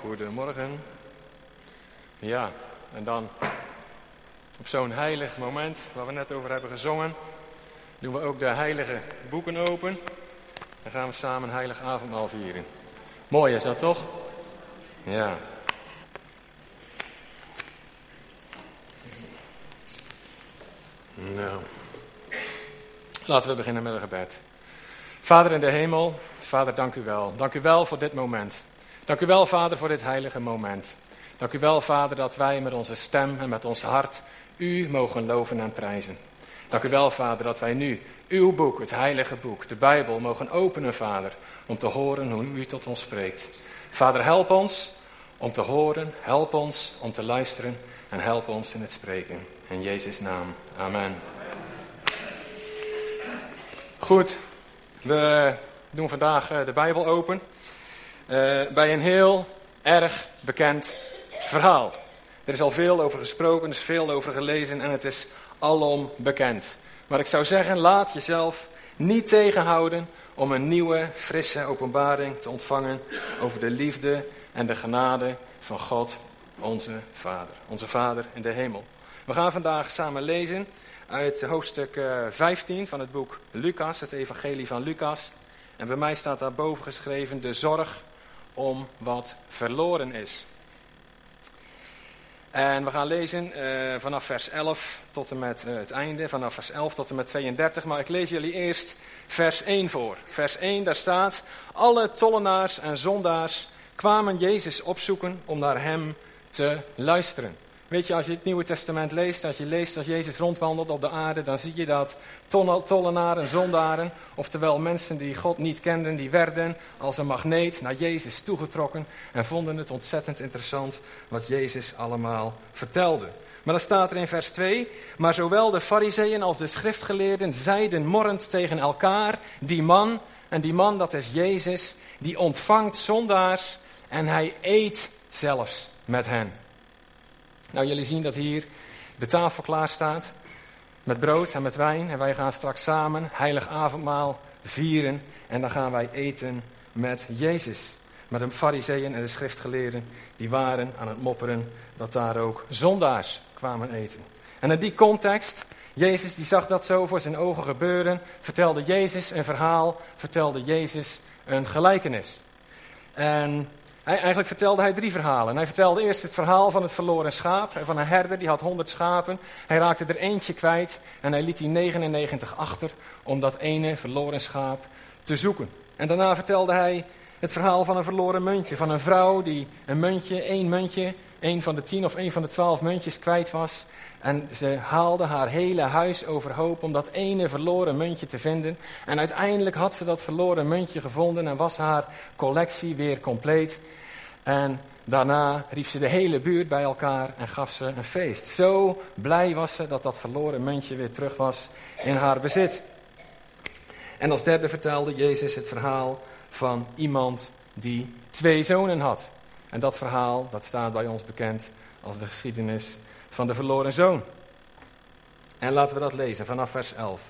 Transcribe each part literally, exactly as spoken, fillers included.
Goedemorgen. Ja, en dan op zo'n heilig moment waar we net over hebben gezongen, doen we ook de heilige boeken open. Dan gaan we samen een heilig avondmaal vieren. Mooi is dat toch? Ja. Nou, laten we beginnen met een gebed. Vader in de hemel, Vader, dank u wel. Dank u wel voor dit moment. Dank u wel, Vader, voor dit heilige moment. Dank u wel, Vader, dat wij met onze stem en met ons hart u mogen loven en prijzen. Dank u wel, Vader, dat wij nu uw boek, het heilige boek, de Bijbel, mogen openen, Vader, om te horen hoe u tot ons spreekt. Vader, help ons om te horen, help ons om te luisteren en help ons in het spreken. In Jezus' naam, amen. Goed, we doen vandaag de Bijbel open uh, bij een heel erg bekend verhaal. Er is al veel over gesproken, er is veel over gelezen en het is alom bekend. Maar ik zou zeggen, laat jezelf niet tegenhouden om een nieuwe, frisse openbaring te ontvangen over de liefde en de genade van God, onze Vader. Onze Vader in de hemel. We gaan vandaag samen lezen uit hoofdstuk vijftien van het boek Lucas, het evangelie van Lucas. En bij mij staat daarboven geschreven de zorg om wat verloren is. En we gaan lezen uh, vanaf vers elf tot en met uh, het einde, vanaf vers elf tot en met tweeëndertig. Maar ik lees jullie eerst vers één voor. Vers één, daar staat: alle tollenaars en zondaars kwamen Jezus opzoeken om naar hem te luisteren. Weet je, als je het Nieuwe Testament leest, als je leest als Jezus rondwandelt op de aarde, dan zie je dat tollenaren, zondaren, oftewel mensen die God niet kenden, die werden als een magneet naar Jezus toegetrokken en vonden het ontzettend interessant wat Jezus allemaal vertelde. Maar dan staat er in vers twee, maar zowel de Farizeeën als de schriftgeleerden zeiden morrend tegen elkaar, die man, en die man dat is Jezus, die ontvangt zondaars en hij eet zelfs met hen. Nou, jullie zien dat hier de tafel klaar staat met brood en met wijn. En wij gaan straks samen heilig avondmaal vieren. En dan gaan wij eten met Jezus. Maar de Farizeeën en de schriftgeleerden, die waren aan het mopperen dat daar ook zondaars kwamen eten. En in die context, Jezus die zag dat zo voor zijn ogen gebeuren, vertelde Jezus een verhaal, vertelde Jezus een gelijkenis. En Hij, eigenlijk vertelde hij drie verhalen. Hij vertelde eerst het verhaal van het verloren schaap. Van een herder die had honderd schapen. Hij raakte er eentje kwijt en hij liet die negenennegentig achter om dat ene verloren schaap te zoeken. En daarna vertelde hij het verhaal van een verloren muntje. Van een vrouw die een muntje, één muntje, één van de tien of één van de twaalf muntjes kwijt was. En ze haalde haar hele huis overhoop om dat ene verloren muntje te vinden. En uiteindelijk had ze dat verloren muntje gevonden en was haar collectie weer compleet. En daarna riep ze de hele buurt bij elkaar en gaf ze een feest. Zo blij was ze dat dat verloren muntje weer terug was in haar bezit. En als derde vertelde Jezus het verhaal van iemand die twee zonen had. En dat verhaal, dat staat bij ons bekend als de geschiedenis van de verloren zoon. En laten we dat lezen vanaf vers elf.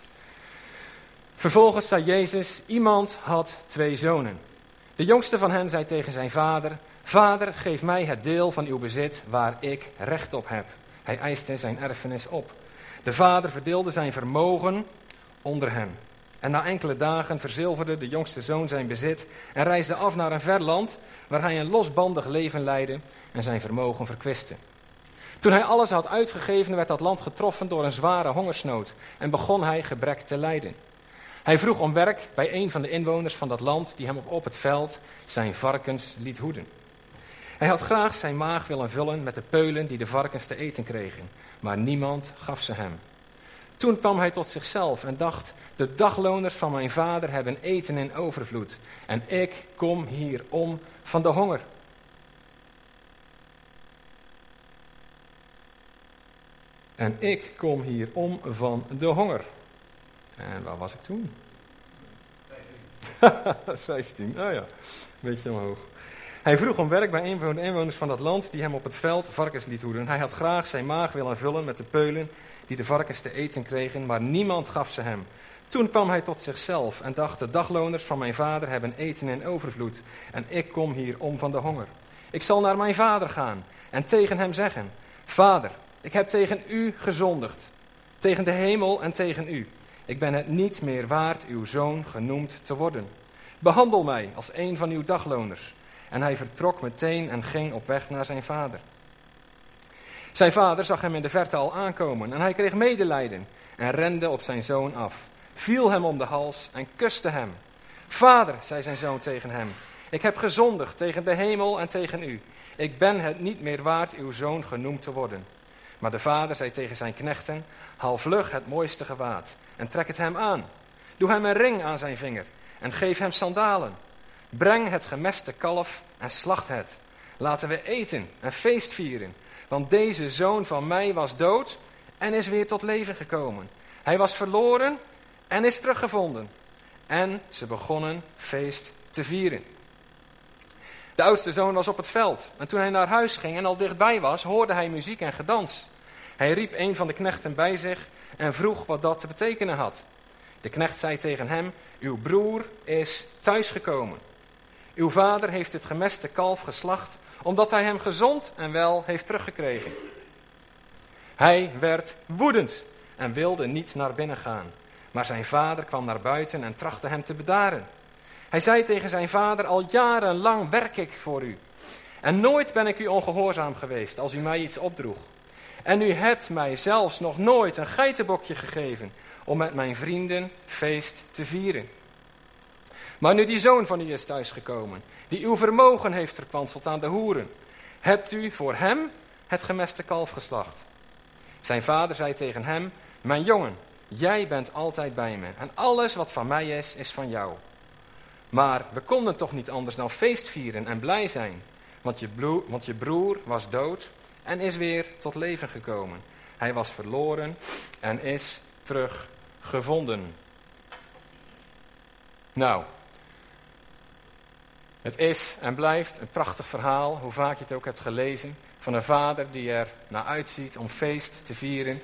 Vervolgens zei Jezus, iemand had twee zonen. De jongste van hen zei tegen zijn vader, vader, geef mij het deel van uw bezit waar ik recht op heb. Hij eiste zijn erfenis op. De vader verdeelde zijn vermogen onder hen. En na enkele dagen verzilverde de jongste zoon zijn bezit en reisde af naar een ver land waar hij een losbandig leven leidde en zijn vermogen verkwistte. Toen hij alles had uitgegeven, werd dat land getroffen door een zware hongersnood en begon hij gebrek te lijden. Hij vroeg om werk bij een van de inwoners van dat land die hem op, op het veld zijn varkens liet hoeden. Hij had graag zijn maag willen vullen met de peulen die de varkens te eten kregen, maar niemand gaf ze hem. Toen kwam hij tot zichzelf en dacht, de dagloners van mijn vader hebben eten in overvloed en ik kom hier om van de honger. En ik kom hier om van de honger. En waar was ik toen? vijftien, oh ja, een beetje omhoog. Hij vroeg om werk bij een van de inwoners van dat land die hem op het veld varkens liet hoeden. Hij had graag zijn maag willen vullen met de peulen die de varkens te eten kregen, maar niemand gaf ze hem. Toen kwam hij tot zichzelf en dacht, de dagloners van mijn vader hebben eten in overvloed en ik kom hier om van de honger. Ik zal naar mijn vader gaan en tegen hem zeggen: Vader, ik heb tegen u gezondigd, tegen de hemel en tegen u. Ik ben het niet meer waard uw zoon genoemd te worden. Behandel mij als een van uw dagloners. En hij vertrok meteen en ging op weg naar zijn vader. Zijn vader zag hem in de verte al aankomen en hij kreeg medelijden en rende op zijn zoon af, viel hem om de hals en kuste hem. Vader, zei zijn zoon tegen hem, ik heb gezondigd tegen de hemel en tegen u. Ik ben het niet meer waard uw zoon genoemd te worden. Maar de vader zei tegen zijn knechten, haal vlug het mooiste gewaad en trek het hem aan. Doe hem een ring aan zijn vinger en geef hem sandalen. Breng het gemeste kalf en slacht het. Laten we eten en feest vieren. Want deze zoon van mij was dood en is weer tot leven gekomen. Hij was verloren en is teruggevonden. En ze begonnen feest te vieren. De oudste zoon was op het veld. En toen hij naar huis ging en al dichtbij was, hoorde hij muziek en gedans. Hij riep een van de knechten bij zich en vroeg wat dat te betekenen had. De knecht zei tegen hem, uw broer is thuisgekomen. Uw vader heeft het gemeste kalf geslacht, omdat hij hem gezond en wel heeft teruggekregen. Hij werd woedend en wilde niet naar binnen gaan. Maar zijn vader kwam naar buiten en trachtte hem te bedaren. Hij zei tegen zijn vader, al jarenlang werk ik voor u. En nooit ben ik u ongehoorzaam geweest als u mij iets opdroeg. En u hebt mij zelfs nog nooit een geitenbokje gegeven om met mijn vrienden feest te vieren. Maar nu die zoon van u is thuisgekomen, die uw vermogen heeft verkwanseld aan de hoeren, hebt u voor hem het gemeste kalf geslacht. Zijn vader zei tegen hem, mijn jongen, jij bent altijd bij me en alles wat van mij is, is van jou. Maar we konden toch niet anders dan feest vieren en blij zijn, want je, bloe, want je broer was dood en is weer tot leven gekomen. Hij was verloren en is teruggevonden. Nou, het is en blijft een prachtig verhaal, hoe vaak je het ook hebt gelezen, van een vader die er naar uitziet om feest te vieren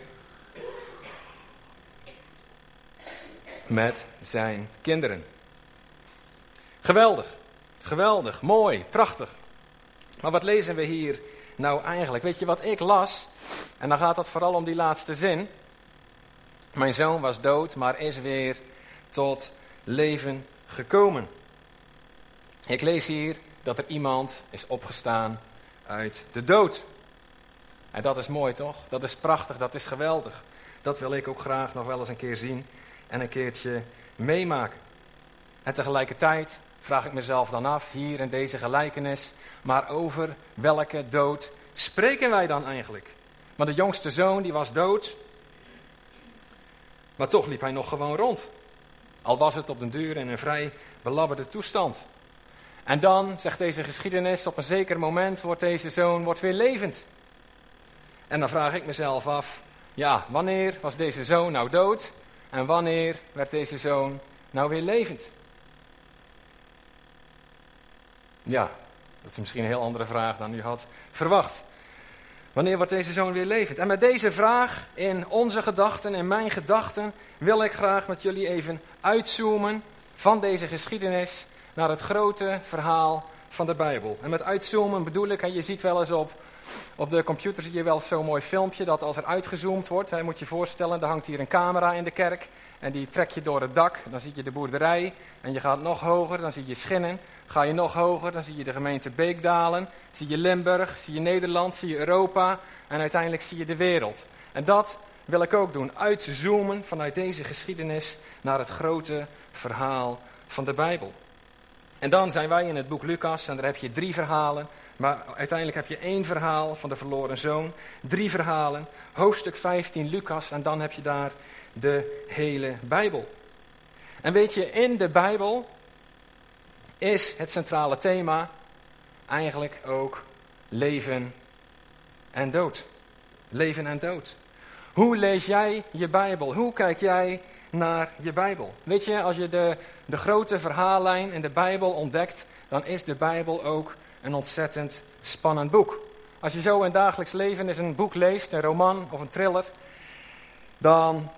met zijn kinderen. Geweldig, geweldig, mooi, prachtig. Maar wat lezen we hier nou eigenlijk? Weet je wat ik las? En dan gaat het vooral om die laatste zin. Mijn zoon was dood, maar is weer tot leven gekomen. Ik lees hier dat er iemand is opgestaan uit de dood. En dat is mooi, toch? Dat is prachtig, dat is geweldig. Dat wil ik ook graag nog wel eens een keer zien en een keertje meemaken. En tegelijkertijd vraag ik mezelf dan af, hier in deze gelijkenis, maar over welke dood spreken wij dan eigenlijk? Want de jongste zoon die was dood, maar toch liep hij nog gewoon rond. Al was het op den duur in een vrij belabberde toestand. En dan, zegt deze geschiedenis, op een zeker moment wordt deze zoon wordt weer levend. En dan vraag ik mezelf af, ja, wanneer was deze zoon nou dood? En wanneer werd deze zoon nou weer levend? Ja, dat is misschien een heel andere vraag dan u had verwacht. Wanneer wordt deze zoon weer levend? En met deze vraag in onze gedachten, in mijn gedachten, wil ik graag met jullie even uitzoomen van deze geschiedenis naar het grote verhaal van de Bijbel. En met uitzoomen bedoel ik, en je ziet wel eens op, op de computer zie je wel zo'n mooi filmpje dat als er uitgezoomd wordt, hè, moet je je voorstellen, er hangt hier een camera in de kerk en die trek je door het dak, dan zie je de boerderij en je gaat nog hoger, dan zie je Schinnen. Ga je nog hoger, dan zie je de gemeente Beekdalen, zie je Limburg, zie je Nederland, zie je Europa en uiteindelijk zie je de wereld. En dat wil ik ook doen, uitzoomen vanuit deze geschiedenis naar het grote verhaal van de Bijbel. En dan zijn wij in het boek Lucas en daar heb je drie verhalen, maar uiteindelijk heb je één verhaal van de verloren zoon, drie verhalen, hoofdstuk vijftien Lucas en dan heb je daar de hele Bijbel. En weet je, in de Bijbel is het centrale thema eigenlijk ook leven en dood. Leven en dood. Hoe lees jij je Bijbel? Hoe kijk jij naar je Bijbel? Weet je, als je de, de grote verhaallijn in de Bijbel ontdekt, dan is de Bijbel ook een ontzettend spannend boek. Als je zo in dagelijks leven eens een boek leest, een roman of een thriller, dan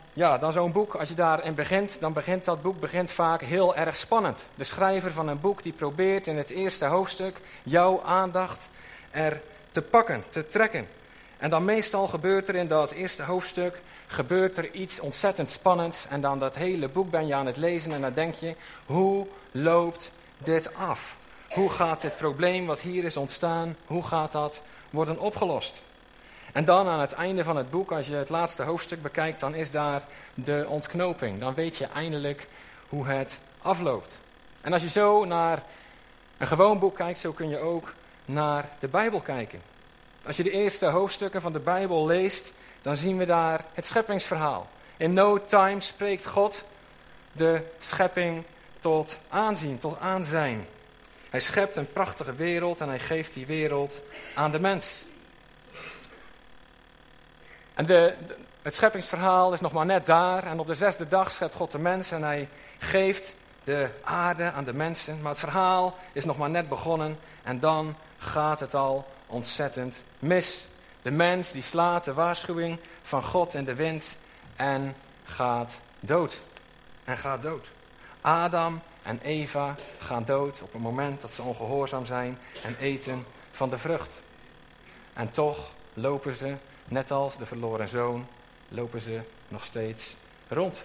ja, dan zo'n boek, als je daarin begint, dan begint dat boek begint vaak heel erg spannend. De schrijver van een boek die probeert in het eerste hoofdstuk jouw aandacht er te pakken, te trekken. En dan meestal gebeurt er in dat eerste hoofdstuk, gebeurt er iets ontzettend spannends. En dan dat hele boek ben je aan het lezen en dan denk je, hoe loopt dit af? Hoe gaat dit probleem wat hier is ontstaan, hoe gaat dat worden opgelost? En dan aan het einde van het boek, als je het laatste hoofdstuk bekijkt, dan is daar de ontknoping. Dan weet je eindelijk hoe het afloopt. En als je zo naar een gewoon boek kijkt, zo kun je ook naar de Bijbel kijken. Als je de eerste hoofdstukken van de Bijbel leest, dan zien we daar het scheppingsverhaal. In no time spreekt God de schepping tot aanzien, tot aanzijn. Hij schept een prachtige wereld en hij geeft die wereld aan de mens. En de, de, het scheppingsverhaal is nog maar net daar. En op de zesde dag schept God de mens en hij geeft de aarde aan de mensen. Maar het verhaal is nog maar net begonnen en dan gaat het al ontzettend mis. De mens die slaat de waarschuwing van God in de wind en gaat dood. En gaat dood. Adam en Eva gaan dood op het moment dat ze ongehoorzaam zijn en eten van de vrucht. En toch lopen ze, net als de verloren zoon, lopen ze nog steeds rond.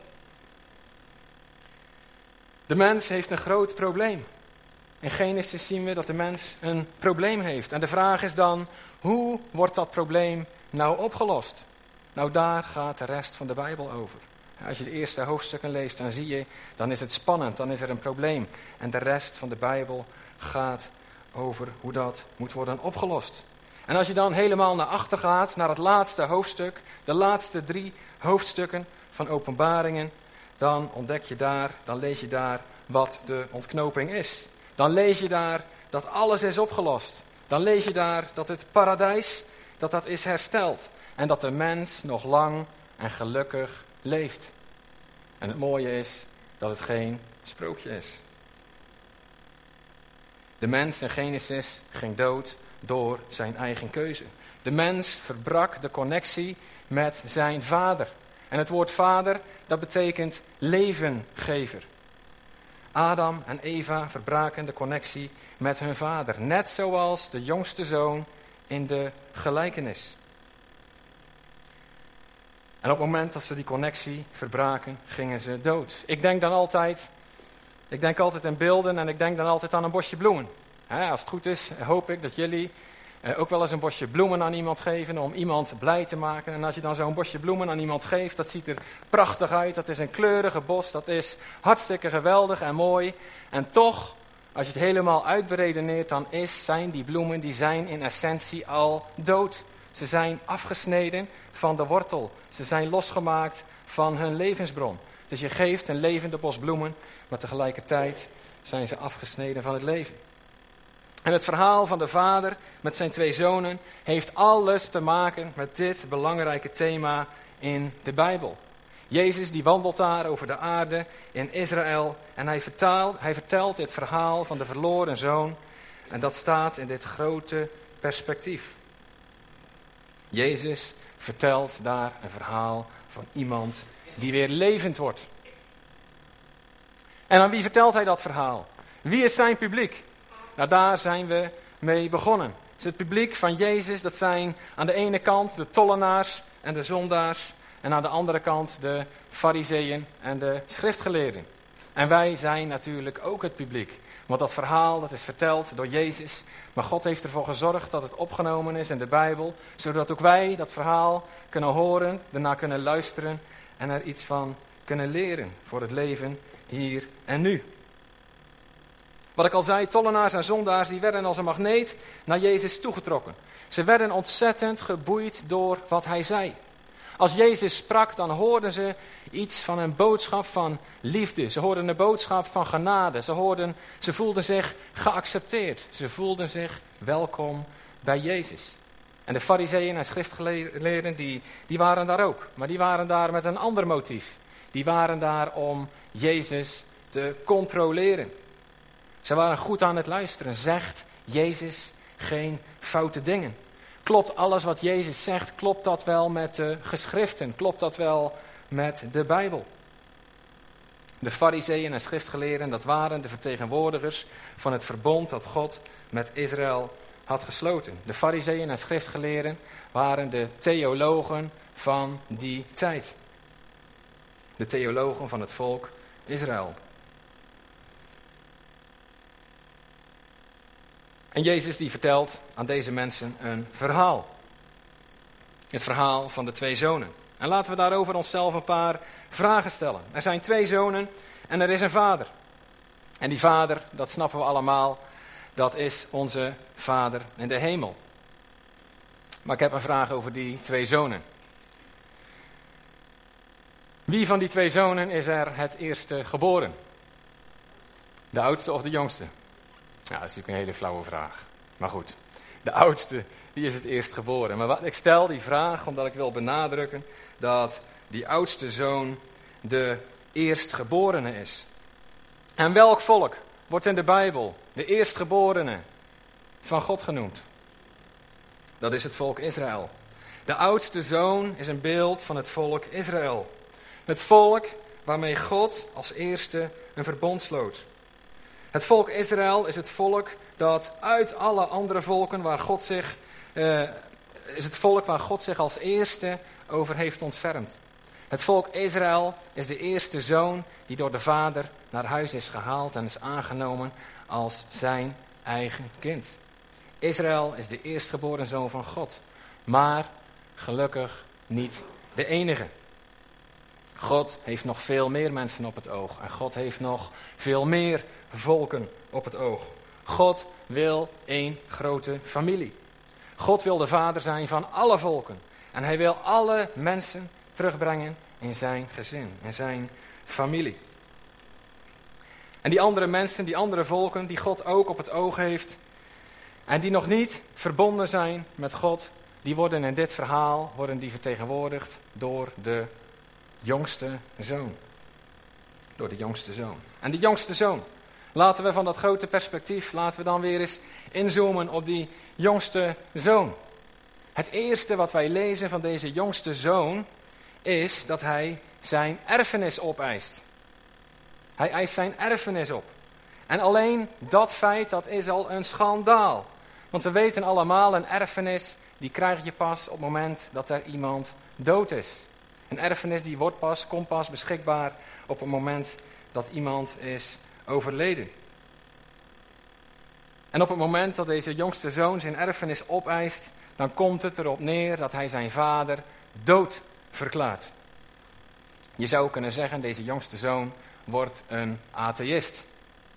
De mens heeft een groot probleem. In Genesis zien we dat de mens een probleem heeft. En de vraag is dan, hoe wordt dat probleem nou opgelost? Nou, daar gaat de rest van de Bijbel over. Als je de eerste hoofdstukken leest, dan zie je, dan is het spannend, dan is er een probleem. En de rest van de Bijbel gaat over hoe dat moet worden opgelost. En als je dan helemaal naar achter gaat, naar het laatste hoofdstuk, de laatste drie hoofdstukken van Openbaringen, dan ontdek je daar, dan lees je daar wat de ontknoping is. Dan lees je daar dat alles is opgelost. Dan lees je daar dat het paradijs, dat dat is hersteld. En dat de mens nog lang en gelukkig leeft. En het mooie is dat het geen sprookje is. De mens in Genesis ging dood door zijn eigen keuze. De mens verbrak de connectie met zijn vader. En het woord vader, dat betekent levengever. Adam en Eva verbraken de connectie met hun vader. Net zoals de jongste zoon in de gelijkenis. En op het moment dat ze die connectie verbraken, gingen ze dood. Ik denk dan altijd, ik denk altijd in beelden en ik denk dan altijd aan een bosje bloemen. He, als het goed is, hoop ik dat jullie eh, ook wel eens een bosje bloemen aan iemand geven om iemand blij te maken. En als je dan zo'n bosje bloemen aan iemand geeft, dat ziet er prachtig uit. Dat is een kleurige bos, dat is hartstikke geweldig en mooi. En toch, als je het helemaal uitberedeneert, dan is, zijn die bloemen, die zijn in essentie al dood. Ze zijn afgesneden van de wortel. Ze zijn losgemaakt van hun levensbron. Dus je geeft een levende bos bloemen, maar tegelijkertijd zijn ze afgesneden van het leven. En het verhaal van de vader met zijn twee zonen heeft alles te maken met dit belangrijke thema in de Bijbel. Jezus die wandelt daar over de aarde in Israël en hij vertaalt, hij vertelt dit verhaal van de verloren zoon. En dat staat in dit grote perspectief. Jezus vertelt daar een verhaal van iemand die weer levend wordt. En aan wie vertelt hij dat verhaal? Wie is zijn publiek? Nou, daar zijn we mee begonnen. Het is het publiek van Jezus, dat zijn aan de ene kant de tollenaars en de zondaars. En aan de andere kant de farizeeën en de schriftgeleerden. En wij zijn natuurlijk ook het publiek. Want dat verhaal dat is verteld door Jezus. Maar God heeft ervoor gezorgd dat het opgenomen is in de Bijbel. Zodat ook wij dat verhaal kunnen horen, daarna kunnen luisteren en er iets van kunnen leren voor het leven hier en nu. Wat ik al zei, tollenaars en zondaars die werden als een magneet naar Jezus toegetrokken. Ze werden ontzettend geboeid door wat hij zei. Als Jezus sprak, dan hoorden ze iets van een boodschap van liefde. Ze hoorden een boodschap van genade. Ze, hoorden, ze voelden zich geaccepteerd. Ze voelden zich welkom bij Jezus. En de farizeeën en schriftgeleerden, die, die waren daar ook. Maar die waren daar met een ander motief. Die waren daar om Jezus te controleren. Ze waren goed aan het luisteren. Zegt Jezus geen foute dingen? Klopt alles wat Jezus zegt, klopt dat wel met de geschriften? Klopt dat wel met de Bijbel. De Farizeeën en schriftgeleerden, dat waren de vertegenwoordigers van het verbond dat God met Israël had gesloten. De Farizeeën en schriftgeleerden waren de theologen van die tijd. De theologen van het volk Israël. En Jezus die vertelt aan deze mensen een verhaal. Het verhaal van de twee zonen. En laten we daarover onszelf een paar vragen stellen. Er zijn twee zonen en er is een vader. En die vader, dat snappen we allemaal, dat is onze Vader in de hemel. Maar ik heb een vraag over die twee zonen. Wie van die twee zonen is er het eerste geboren? De oudste of de jongste? Ja, dat is natuurlijk een hele flauwe vraag. Maar goed, de oudste, die is het eerst geboren. Maar wat, ik stel die vraag omdat ik wil benadrukken dat die oudste zoon de eerstgeborene is. En welk volk wordt in de Bijbel de eerstgeborene van God genoemd? Dat is het volk Israël. De oudste zoon is een beeld van het volk Israël. Het volk waarmee God als eerste een verbond sloot. Het volk Israël is het volk dat uit alle andere volken waar God zich, uh, is het volk waar God zich als eerste over heeft ontfermd. Het volk Israël is de eerste zoon die door de vader naar huis is gehaald en is aangenomen als zijn eigen kind. Israël is de eerstgeboren zoon van God, maar gelukkig niet de enige. God heeft nog veel meer mensen op het oog en God heeft nog veel meer volken op het oog. God wil één grote familie. God wil de vader zijn van alle volken en hij wil alle mensen terugbrengen in zijn gezin, in zijn familie. En die andere mensen, die andere volken die God ook op het oog heeft en die nog niet verbonden zijn met God, die worden in dit verhaal worden die vertegenwoordigd door de jongste zoon. Door de jongste zoon. En die jongste zoon, laten we van dat grote perspectief, laten we dan weer eens inzoomen op die jongste zoon. Het eerste wat wij lezen van deze jongste zoon is dat hij zijn erfenis opeist. Hij eist zijn erfenis op. En alleen dat feit, dat is al een schandaal. Want we weten allemaal, een erfenis, die krijg je pas op het moment dat er iemand dood is. Een erfenis die wordt pas, komt pas beschikbaar op het moment dat iemand is overleden. En op het moment dat deze jongste zoon zijn erfenis opeist, dan komt het erop neer dat hij zijn vader dood verklaart. Je zou kunnen zeggen, deze jongste zoon wordt een atheïst.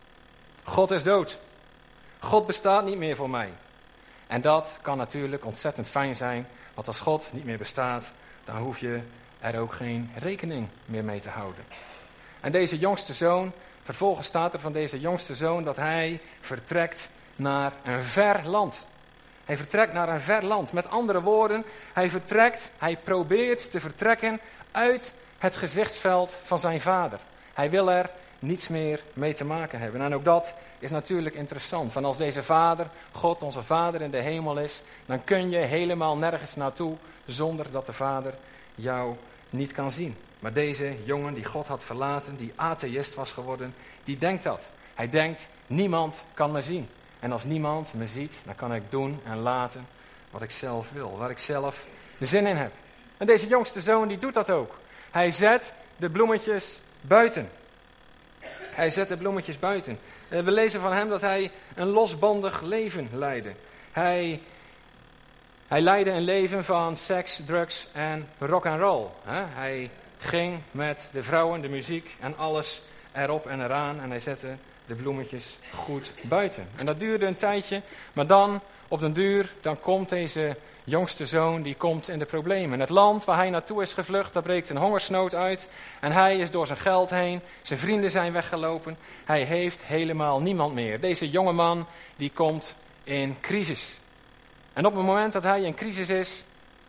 God is dood. God bestaat niet meer voor mij. En dat kan natuurlijk ontzettend fijn zijn, want als God niet meer bestaat, dan hoef je er ook geen rekening meer mee te houden. En deze jongste zoon, vervolgens staat er van deze jongste zoon dat hij vertrekt naar een ver land. Hij vertrekt naar een ver land. Met andere woorden, hij vertrekt, hij probeert te vertrekken uit het gezichtsveld van zijn vader. Hij wil er niets meer mee te maken hebben. En ook dat is natuurlijk interessant. Want als deze vader, God, onze vader in de hemel is, dan kun je helemaal nergens naartoe zonder dat de vader jou niet kan zien. Maar deze jongen die God had verlaten, die atheïst was geworden, die denkt dat. Hij denkt, niemand kan me zien. En als niemand me ziet, dan kan ik doen en laten wat ik zelf wil, waar ik zelf de zin in heb. En deze jongste zoon die doet dat ook. Hij zet de bloemetjes buiten. Hij zet de bloemetjes buiten. We lezen van hem dat hij een losbandig leven leidde. Hij, hij leidde een leven van seks, drugs en rock and roll. Hij ging met de vrouwen, de muziek en alles erop en eraan. En hij zette de bloemetjes goed buiten. En dat duurde een tijdje, maar dan op den duur, dan komt deze jongste zoon, die komt in de problemen. Het land waar hij naartoe is gevlucht, daar breekt een hongersnood uit. En hij is door zijn geld heen, zijn vrienden zijn weggelopen. Hij heeft helemaal niemand meer. Deze jonge man, die komt in crisis. En op het moment dat hij in crisis is,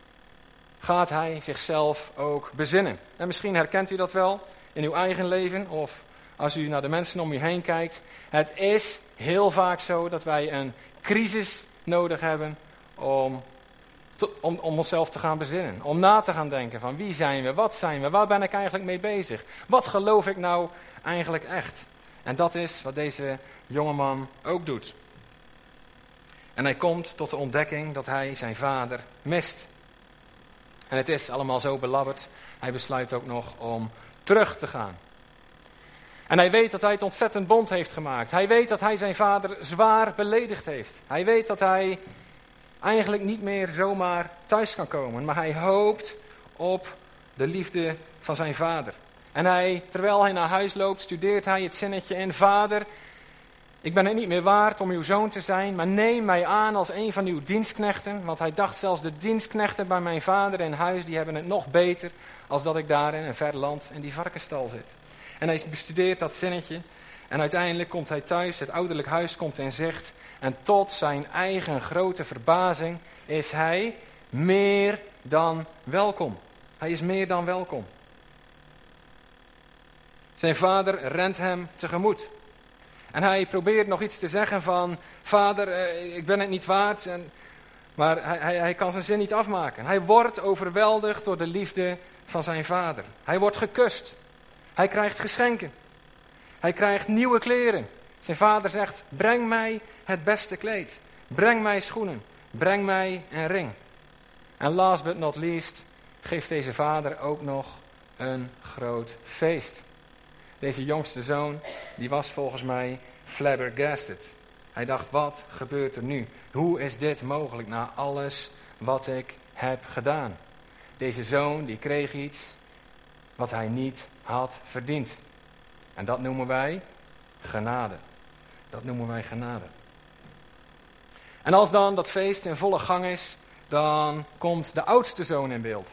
gaat hij zichzelf ook bezinnen. En misschien herkent u dat wel in uw eigen leven of als u naar de mensen om u heen kijkt. Het is heel vaak zo dat wij een crisis nodig hebben om om, om onszelf te gaan bezinnen. Om na te gaan denken van wie zijn we, wat zijn we, waar ben ik eigenlijk mee bezig? Wat geloof ik nou eigenlijk echt? En dat is wat deze jongeman ook doet. En hij komt tot de ontdekking dat hij zijn vader mist. En het is allemaal zo belabberd. Hij besluit ook nog om terug te gaan. En hij weet dat hij het ontzettend bond heeft gemaakt. Hij weet dat hij zijn vader zwaar beledigd heeft. Hij weet dat hij eigenlijk niet meer zomaar thuis kan komen. Maar hij hoopt op de liefde van zijn vader. En hij, terwijl hij naar huis loopt, studeert hij het zinnetje in: Vader, ik ben het niet meer waard om uw zoon te zijn, maar neem mij aan als een van uw dienstknechten. Want hij dacht zelfs de dienstknechten bij mijn vader in huis, die hebben het nog beter als dat ik daar in een ver land in die varkenstal zit. En hij bestudeert dat zinnetje en uiteindelijk komt hij thuis, het ouderlijk huis komt in zicht. En tot zijn eigen grote verbazing is hij meer dan welkom. Hij is meer dan welkom. Zijn vader rent hem tegemoet. En hij probeert nog iets te zeggen van: Vader, eh, ik ben het niet waard. En, maar hij, hij, hij kan zijn zin niet afmaken. Hij wordt overweldigd door de liefde van zijn vader. Hij wordt gekust. Hij krijgt geschenken. Hij krijgt nieuwe kleren. Zijn vader zegt: breng mij het beste kleed. Breng mij schoenen. Breng mij een ring. En last but not least geeft deze vader ook nog een groot feest. Deze jongste zoon, die was volgens mij flabbergasted. Hij dacht: wat gebeurt er nu? Hoe is dit mogelijk na alles wat ik heb gedaan? Deze zoon, die kreeg iets wat hij niet had verdiend. En dat noemen wij genade. Dat noemen wij genade. En als dan dat feest in volle gang is, dan komt de oudste zoon in beeld.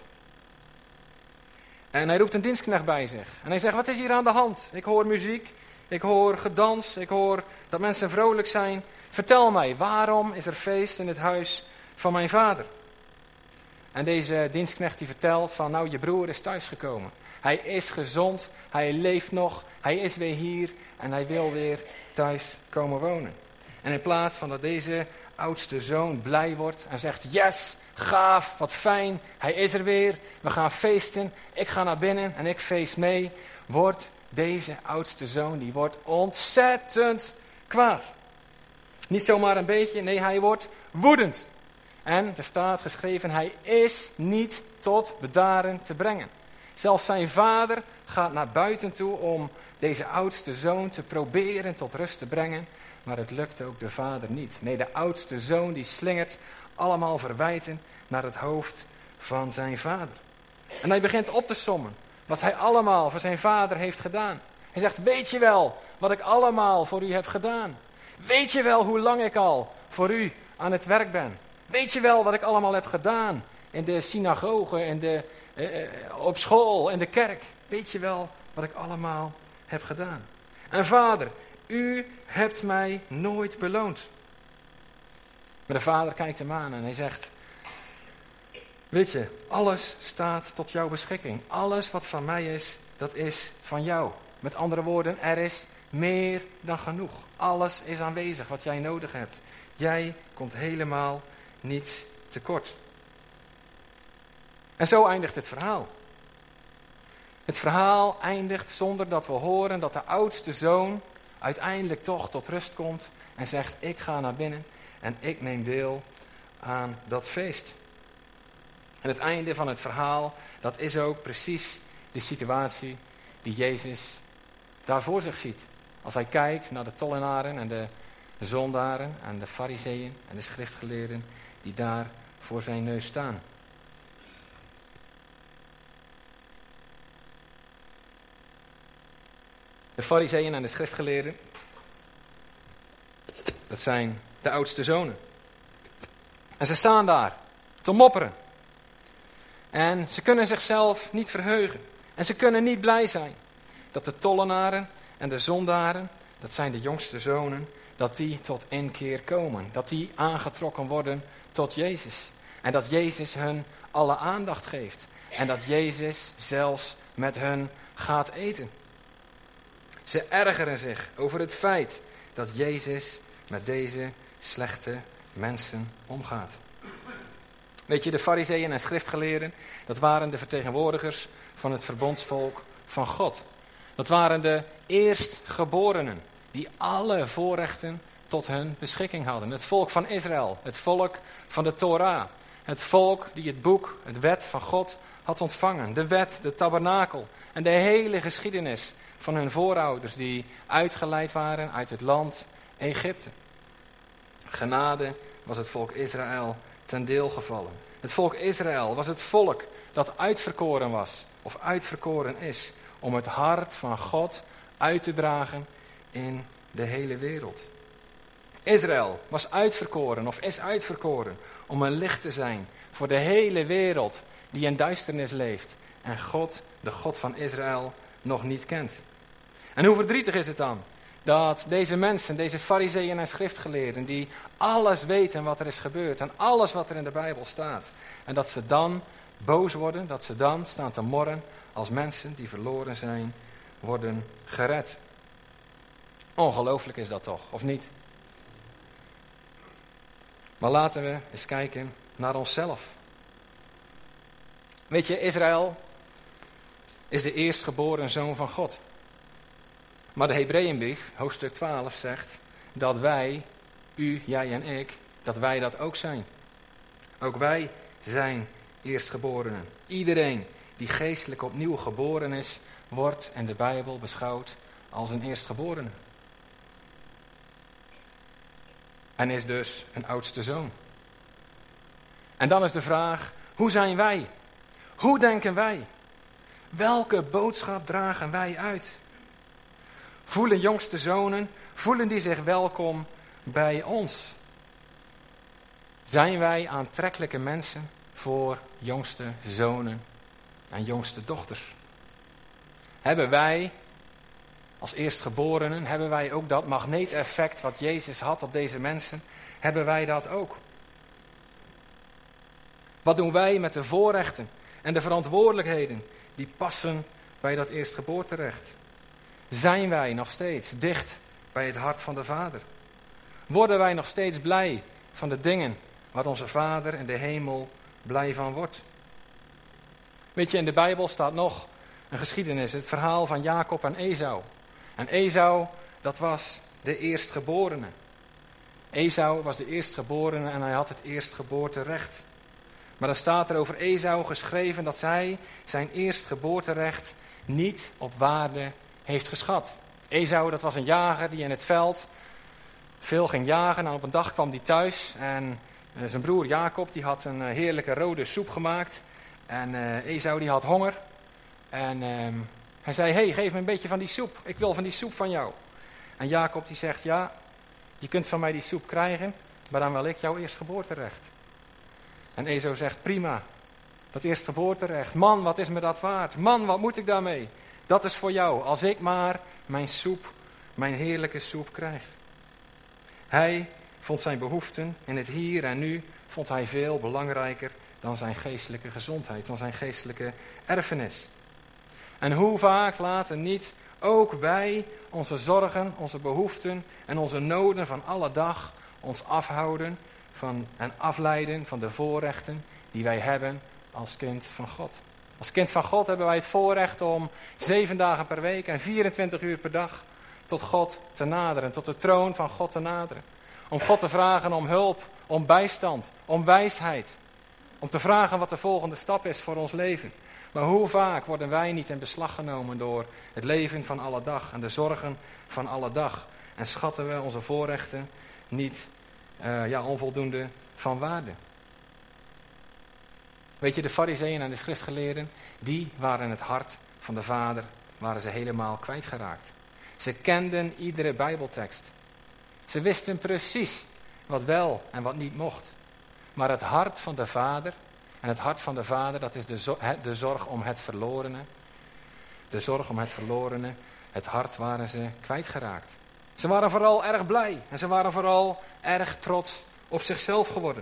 En hij roept een dienstknecht bij zich. En hij zegt: wat is hier aan de hand? Ik hoor muziek, ik hoor gedans, ik hoor dat mensen vrolijk zijn. Vertel mij, waarom is er feest in het huis van mijn vader? En deze dienstknecht die vertelt van: nou, je broer is thuisgekomen. Hij is gezond, hij leeft nog, hij is weer hier en hij wil weer thuis komen wonen. En in plaats van dat deze oudste zoon blij wordt en zegt: yes, gaaf, wat fijn, hij is er weer, we gaan feesten, ik ga naar binnen en ik feest mee, wordt deze oudste zoon, die wordt ontzettend kwaad. Niet zomaar een beetje, nee, hij wordt woedend. En er staat geschreven: hij is niet tot bedaren te brengen. Zelfs zijn vader gaat naar buiten toe om deze oudste zoon te proberen tot rust te brengen. Maar het lukt ook de vader niet. Nee, de oudste zoon die slingert allemaal verwijten naar het hoofd van zijn vader. En hij begint op te sommen wat hij allemaal voor zijn vader heeft gedaan. Hij zegt: weet je wel wat ik allemaal voor u heb gedaan? Weet je wel hoe lang ik al voor u aan het werk ben? Weet je wel wat ik allemaal heb gedaan in de synagoge, in de, eh, op school, in de kerk? Weet je wel wat ik allemaal heb gedaan? En vader, u hebt mij nooit beloond. Maar de vader kijkt hem aan en hij zegt: weet je, alles staat tot jouw beschikking. Alles wat van mij is, dat is van jou. Met andere woorden, er is meer dan genoeg. Alles is aanwezig wat jij nodig hebt. Jij komt helemaal niets tekort. En zo eindigt het verhaal. Het verhaal eindigt zonder dat we horen dat de oudste zoon uiteindelijk toch tot rust komt en zegt: ik ga naar binnen en ik neem deel aan dat feest. En het einde van het verhaal, dat is ook precies de situatie die Jezus daar voor zich ziet. Als hij kijkt naar de tollenaren en de zondaren en de farizeeën en de schriftgeleerden die daar voor zijn neus staan. De farizeeën en de schriftgeleerden, dat zijn de oudste zonen. En ze staan daar te mopperen. En ze kunnen zichzelf niet verheugen. En ze kunnen niet blij zijn dat de tollenaren en de zondaren, dat zijn de jongste zonen, dat die tot inkeer komen. Dat die aangetrokken worden tot Jezus. En dat Jezus hun alle aandacht geeft. En dat Jezus zelfs met hun gaat eten. Ze ergeren zich over het feit dat Jezus met deze slechte mensen omgaat. Weet je, de farizeeën en schriftgeleerden, dat waren de vertegenwoordigers van het verbondsvolk van God. Dat waren de eerstgeborenen die alle voorrechten tot hun beschikking hadden. Het volk van Israël, het volk van de Torah. Het volk die het boek, het wet van God had ontvangen. De wet, de tabernakel en de hele geschiedenis van hun voorouders die uitgeleid waren uit het land Egypte. Genade was het volk Israël ten deel gevallen. Het volk Israël was het volk dat uitverkoren was of uitverkoren is om het hart van God uit te dragen in de hele wereld. Israël was uitverkoren of is uitverkoren om een licht te zijn voor de hele wereld die in duisternis leeft en God, de God van Israël, nog niet kent. En hoe verdrietig is het dan dat deze mensen, deze farizeeën en schriftgeleerden, die alles weten wat er is gebeurd en alles wat er in de Bijbel staat, en dat ze dan boos worden, dat ze dan staan te morren als mensen die verloren zijn, worden gered. Ongelooflijk is dat toch, of niet? Maar laten we eens kijken naar onszelf. Weet je, Israël is de eerstgeboren zoon van God. Maar de Hebreeënbrief, hoofdstuk twaalf, zegt dat wij, u, jij en ik, dat wij dat ook zijn. Ook wij zijn eerstgeborenen. Iedereen die geestelijk opnieuw geboren is, wordt in de Bijbel beschouwd als een eerstgeborene. En is dus een oudste zoon. En dan is de vraag, hoe zijn wij? Hoe denken wij? Welke boodschap dragen wij uit? Voelen jongste zonen, voelen die zich welkom bij ons? Zijn wij aantrekkelijke mensen voor jongste zonen en jongste dochters? Hebben wij als eerstgeborenen, hebben wij ook dat magneeteffect wat Jezus had op deze mensen? Hebben wij dat ook? Wat doen wij met de voorrechten en de verantwoordelijkheden die passen bij dat eerstgeboorterecht? Zijn wij nog steeds dicht bij het hart van de Vader? Worden wij nog steeds blij van de dingen waar onze Vader in de hemel blij van wordt? Weet je, in de Bijbel staat nog een geschiedenis, het verhaal van Jacob en Esau. En Esau, dat was de eerstgeborene. Esau was de eerstgeborene en hij had het eerstgeboorterecht. Maar dan staat er over Esau geschreven dat zij zijn eerstgeboorterecht niet op waarde heeft geschat. Esau, dat was een jager die in het veld veel ging jagen. En op een dag kwam hij thuis en uh, zijn broer Jacob die had een uh, heerlijke rode soep gemaakt. En uh, Esau die had honger. En uh, hij zei, hey, geef me een beetje van die soep. Ik wil van die soep van jou. En Jacob die zegt, ja, je kunt van mij die soep krijgen, maar dan wil ik jouw eerstgeboorterecht. En Esau zegt, prima, dat eerstgeboorterecht. Man, wat is me dat waard? Man, wat moet ik daarmee? Dat is voor jou, als ik maar mijn soep, mijn heerlijke soep krijg. Hij vond zijn behoeften in het hier en nu, vond hij veel belangrijker dan zijn geestelijke gezondheid, dan zijn geestelijke erfenis. En hoe vaak laten niet ook wij onze zorgen, onze behoeften en onze noden van alle dag ons afhouden van, en afleiden van de voorrechten die wij hebben als kind van God. Als kind van God hebben wij het voorrecht om zeven dagen per week en vierentwintig uur per dag tot God te naderen, tot de troon van God te naderen. Om God te vragen om hulp, om bijstand, om wijsheid. Om te vragen wat de volgende stap is voor ons leven. Maar hoe vaak worden wij niet in beslag genomen door het leven van alle dag en de zorgen van alle dag. En schatten we onze voorrechten niet uh, ja, onvoldoende van waarde. Weet je, de farizeeën en de schriftgeleerden, die waren het hart van de Vader, waren ze helemaal kwijtgeraakt. Ze kenden iedere Bijbeltekst. Ze wisten precies wat wel en wat niet mocht. Maar het hart van de Vader, en het hart van de Vader, dat is de, zo- de zorg om het verlorene. De zorg om het verlorene, het hart waren ze kwijtgeraakt. Ze waren vooral erg blij en ze waren vooral erg trots op zichzelf geworden.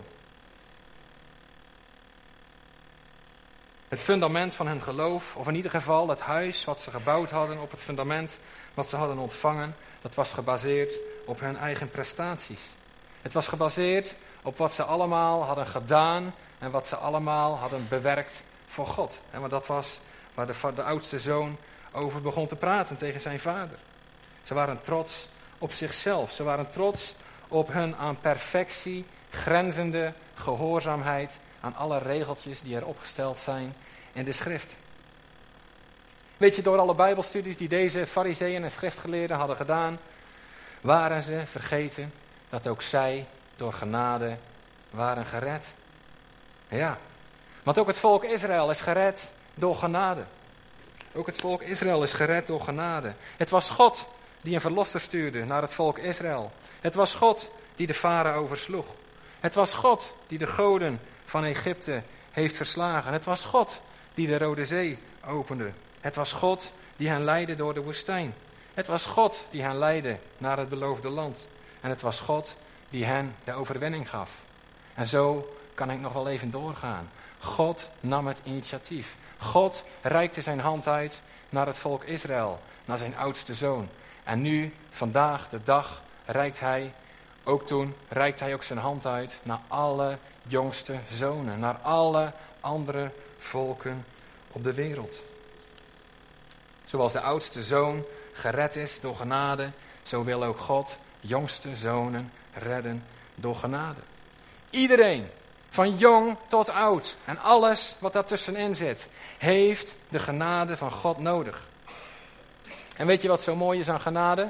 Het fundament van hun geloof, of in ieder geval het huis wat ze gebouwd hadden op het fundament wat ze hadden ontvangen, dat was gebaseerd op hun eigen prestaties. Het was gebaseerd op wat ze allemaal hadden gedaan en wat ze allemaal hadden bewerkt voor God. En maar dat was waar de, de oudste zoon over begon te praten tegen zijn vader. Ze waren trots op zichzelf. Ze waren trots op hun aan perfectie grenzende gehoorzaamheid aan alle regeltjes die er opgesteld zijn in de schrift. Weet je, door alle bijbelstudies die deze farizeeën en schriftgeleerden hadden gedaan, waren ze vergeten dat ook zij door genade waren gered. Ja, want ook het volk Israël is gered door genade. Ook het volk Israël is gered door genade. Het was God die een verlosser stuurde naar het volk Israël. Het was God die de farao versloeg. Het was God die de goden van Egypte heeft verslagen. Het was God die de Rode Zee opende. Het was God die hen leidde door de woestijn. Het was God die hen leidde naar het beloofde land. En het was God die hen de overwinning gaf. En zo kan ik nog wel even doorgaan. God nam het initiatief. God reikte zijn hand uit naar het volk Israël, naar zijn oudste zoon. En nu, vandaag de dag, reikt hij, ook toen, reikt hij ook zijn hand uit naar alle jongste zonen. Naar alle andere volken op de wereld. Zoals de oudste zoon gered is door genade, zo wil ook God jongste zonen redden door genade. Iedereen, van jong tot oud en alles wat daartussenin zit, heeft de genade van God nodig. En weet je wat zo mooi is aan genade?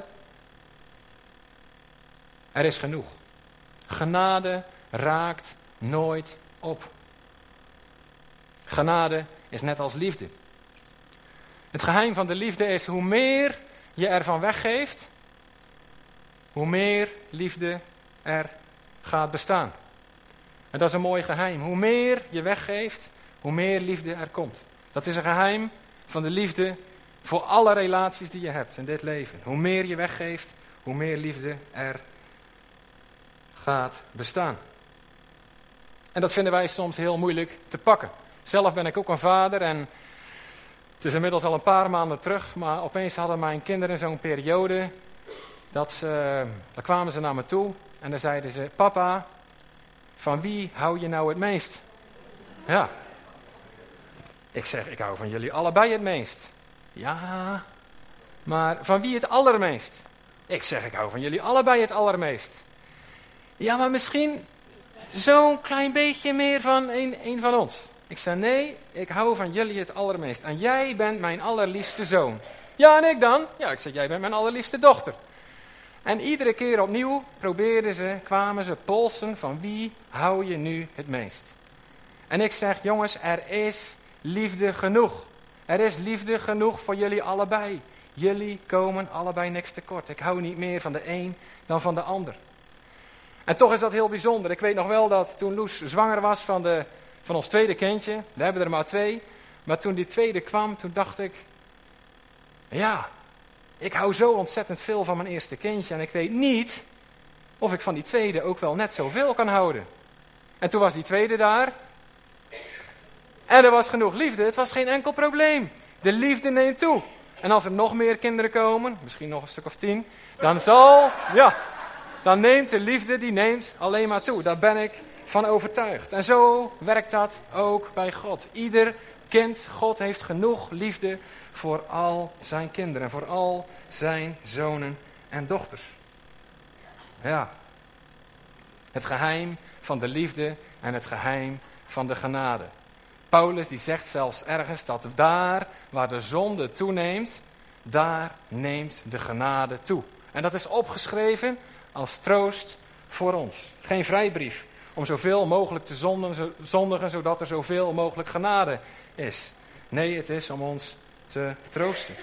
Er is genoeg. Genade raakt nooit op. Genade is net als liefde. Het geheim van de liefde is, hoe meer je ervan weggeeft, hoe meer liefde er gaat bestaan. En dat is een mooi geheim. Hoe meer je weggeeft, hoe meer liefde er komt. Dat is een geheim van de liefde voor alle relaties die je hebt in dit leven. Hoe meer je weggeeft, hoe meer liefde er gaat bestaan. En dat vinden wij soms heel moeilijk te pakken. Zelf ben ik ook een vader en het is inmiddels al een paar maanden terug, maar opeens hadden mijn kinderen zo'n periode dat ze, dan kwamen ze naar me toe en dan zeiden ze, papa, van wie hou je nou het meest? Ja. Ik zeg, ik hou van jullie allebei het meest. Ja, maar van wie het allermeest? Ik zeg, ik hou van jullie allebei het allermeest. Ja, maar misschien zo'n klein beetje meer van een, een van ons. Ik zei, nee, ik hou van jullie het allermeest. En jij bent mijn allerliefste zoon. Ja, en ik dan? Ja, ik zei, jij bent mijn allerliefste dochter. En iedere keer opnieuw probeerden ze, kwamen ze polsen van wie hou je nu het meest. En ik zeg, jongens, er is liefde genoeg. Er is liefde genoeg voor jullie allebei. Jullie komen allebei niks tekort. Ik hou niet meer van de een dan van de ander. En toch is dat heel bijzonder. Ik weet nog wel dat toen Loes zwanger was van, de, van ons tweede kindje, we hebben er maar twee, maar toen die tweede kwam, toen dacht ik, ja, ik hou zo ontzettend veel van mijn eerste kindje en ik weet niet of ik van die tweede ook wel net zoveel kan houden. En toen was die tweede daar en er was genoeg liefde, het was geen enkel probleem. De liefde neemt toe. En als er nog meer kinderen komen, misschien nog een stuk of tien, dan zal, ja, dan neemt de liefde, die neemt alleen maar toe. Daar ben ik van overtuigd. En zo werkt dat ook bij God. Ieder kind, God heeft genoeg liefde voor al zijn kinderen, voor al zijn zonen en dochters. Ja, het geheim van de liefde en het geheim van de genade. Paulus die zegt zelfs ergens dat daar waar de zonde toeneemt, daar neemt de genade toe. En dat is opgeschreven als troost voor ons. Geen vrijbrief om zoveel mogelijk te zondigen, zodat er zoveel mogelijk genade is. Nee, het is om ons te troosten.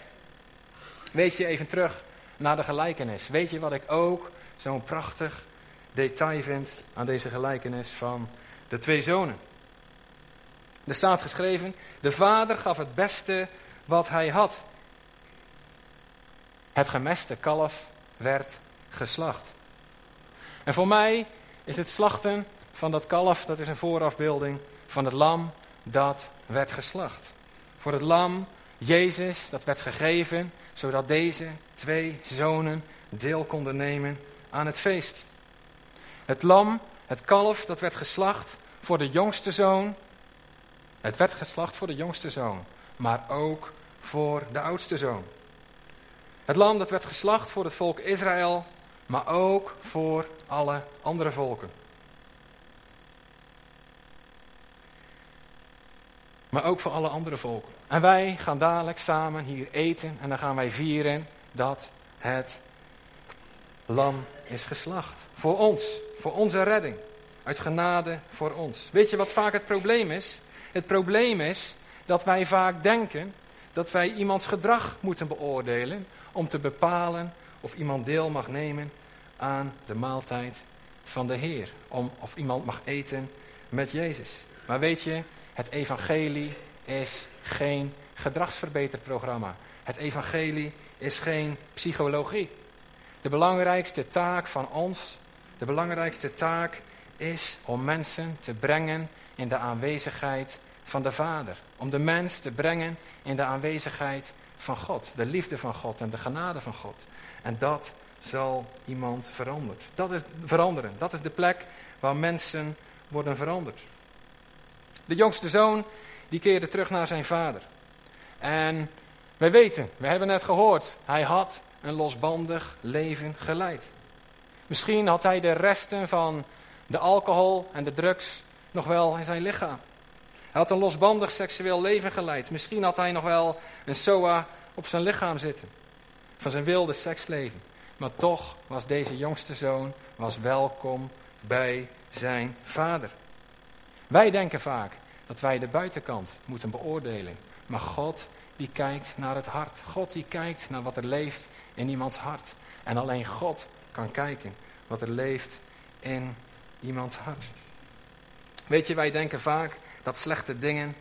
Weet je, even terug naar de gelijkenis. Weet je wat ik ook zo'n prachtig detail vind aan deze gelijkenis van de twee zonen? Er staat geschreven, de vader gaf het beste wat hij had. Het gemeste kalf werd geslacht. En voor mij is het slachten van dat kalf, dat is een voorafbeelding van het lam dat werd geslacht. Voor het lam, Jezus, dat werd gegeven, zodat deze twee zonen deel konden nemen aan het feest. Het lam, Het kalf dat werd geslacht voor de jongste zoon. Het werd geslacht voor de jongste zoon, maar ook voor de oudste zoon. Het lam dat werd geslacht voor het volk Israël, maar ook voor alle andere volken. Maar ook voor alle andere volken. En wij gaan dadelijk samen hier eten en dan gaan wij vieren dat het lam is geslacht. Voor ons, voor onze redding. Uit genade voor ons. Weet je wat vaak het probleem is? Het probleem is dat wij vaak denken dat wij iemands gedrag moeten beoordelen om te bepalen of iemand deel mag nemen aan de maaltijd van de Heer. Om, of iemand mag eten met Jezus. Maar weet je, het evangelie is geen gedragsverbeterprogramma. Het evangelie is geen psychologie. De belangrijkste taak van ons, de belangrijkste taak is om mensen te brengen in de aanwezigheid van de Vader. Om de mens te brengen in de aanwezigheid van God. De liefde van God en de genade van God. En dat zal iemand veranderd. Dat is veranderen. Dat is de plek waar mensen worden veranderd. De jongste zoon, die keerde terug naar zijn vader. En wij weten, we hebben net gehoord, hij had een losbandig leven geleid. Misschien had hij de resten van de alcohol en de drugs nog wel in zijn lichaam. Hij had een losbandig seksueel leven geleid. Misschien had hij nog wel een S O A op zijn lichaam zitten. Van zijn wilde seksleven. Maar toch was deze jongste zoon was welkom bij zijn vader. Wij denken vaak dat wij de buitenkant moeten beoordelen. Maar God die kijkt naar het hart. God die kijkt naar wat er leeft in iemands hart. En alleen God kan kijken wat er leeft in iemands hart. Weet je, wij denken vaak dat slechte dingen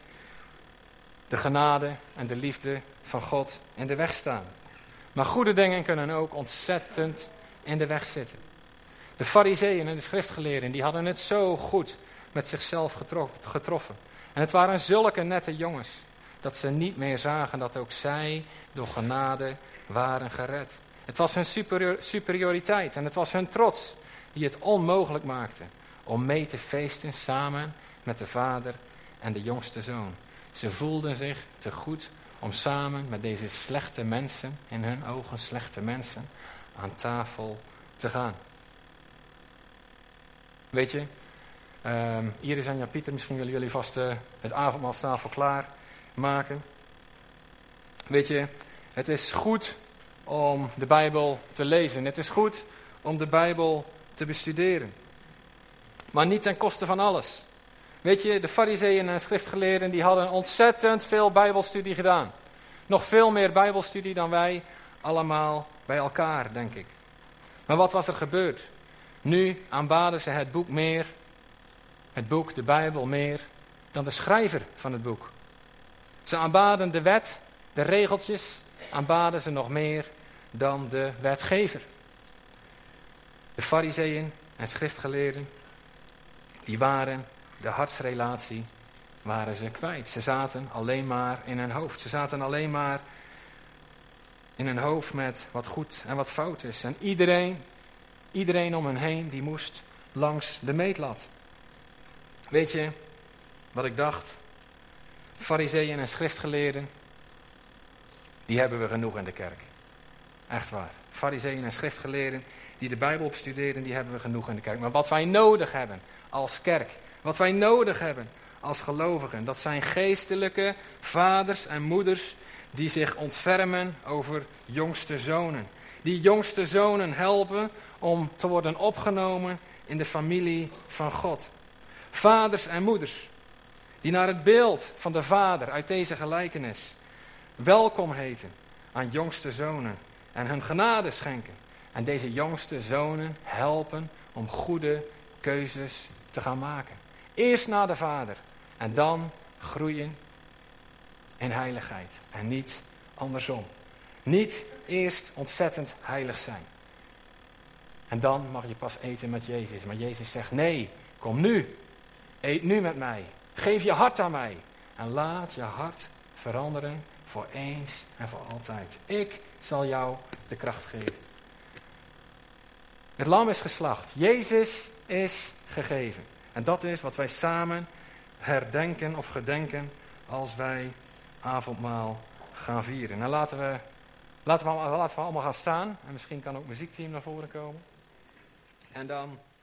de genade en de liefde van God in de weg staan. Maar goede dingen kunnen ook ontzettend in de weg zitten. De Farizeeën en de schriftgeleerden die hadden het zo goed met zichzelf getroffen. En het waren zulke nette jongens dat ze niet meer zagen dat ook zij door genade waren gered. Het was hun superior, superioriteit en het was hun trots die het onmogelijk maakte om mee te feesten samen met de vader en de jongste zoon. Ze voelden zich te goed om samen met deze slechte mensen, in hun ogen slechte mensen, aan tafel te gaan. Weet je, um, Iris en Jan Pieter, misschien willen jullie vast uh, het avondmaalstafel klaar maken. Weet je, het is goed om de Bijbel te lezen. Het is goed om de Bijbel te bestuderen. Maar niet ten koste van alles. Weet je, de Farizeeën en schriftgeleerden die hadden ontzettend veel Bijbelstudie gedaan. Nog veel meer Bijbelstudie dan wij allemaal bij elkaar, denk ik. Maar wat was er gebeurd? Nu aanbaden ze het boek meer, het boek, de Bijbel meer, dan de schrijver van het boek. Ze aanbaden de wet, de regeltjes, aanbaden ze nog meer dan de wetgever. De Farizeeën en schriftgeleerden, die waren de hartsrelatie, waren ze kwijt. Ze zaten alleen maar in hun hoofd. Ze zaten alleen maar in hun hoofd met wat goed en wat fout is. En iedereen, iedereen om hen heen, die moest langs de meetlat. Weet je wat ik dacht? Farizeeën en schriftgeleerden, die hebben we genoeg in de kerk. Echt waar. Farizeeën en schriftgeleerden die de Bijbel bestuderen, die hebben we genoeg in de kerk. Maar wat wij nodig hebben als kerk, wat wij nodig hebben als gelovigen, dat zijn geestelijke vaders en moeders die zich ontfermen over jongste zonen. Die jongste zonen helpen om te worden opgenomen in de familie van God. Vaders en moeders die naar het beeld van de vader uit deze gelijkenis welkom heten aan jongste zonen en hun genade schenken. En deze jongste zonen helpen om goede keuzes te gaan maken. Eerst naar de vader en dan groeien in heiligheid. En niet andersom. Niet eerst ontzettend heilig zijn. En dan mag je pas eten met Jezus. Maar Jezus zegt, nee, kom nu. Eet nu met mij. Geef je hart aan mij. En laat je hart veranderen voor eens en voor altijd. Ik zal jou de kracht geven. Het lam is geslacht. Jezus is gegeven. En dat is wat wij samen herdenken of gedenken als wij avondmaal gaan vieren. Nou, laten we, laten we, laten we allemaal gaan staan. En misschien kan ook het muziekteam naar voren komen. En dan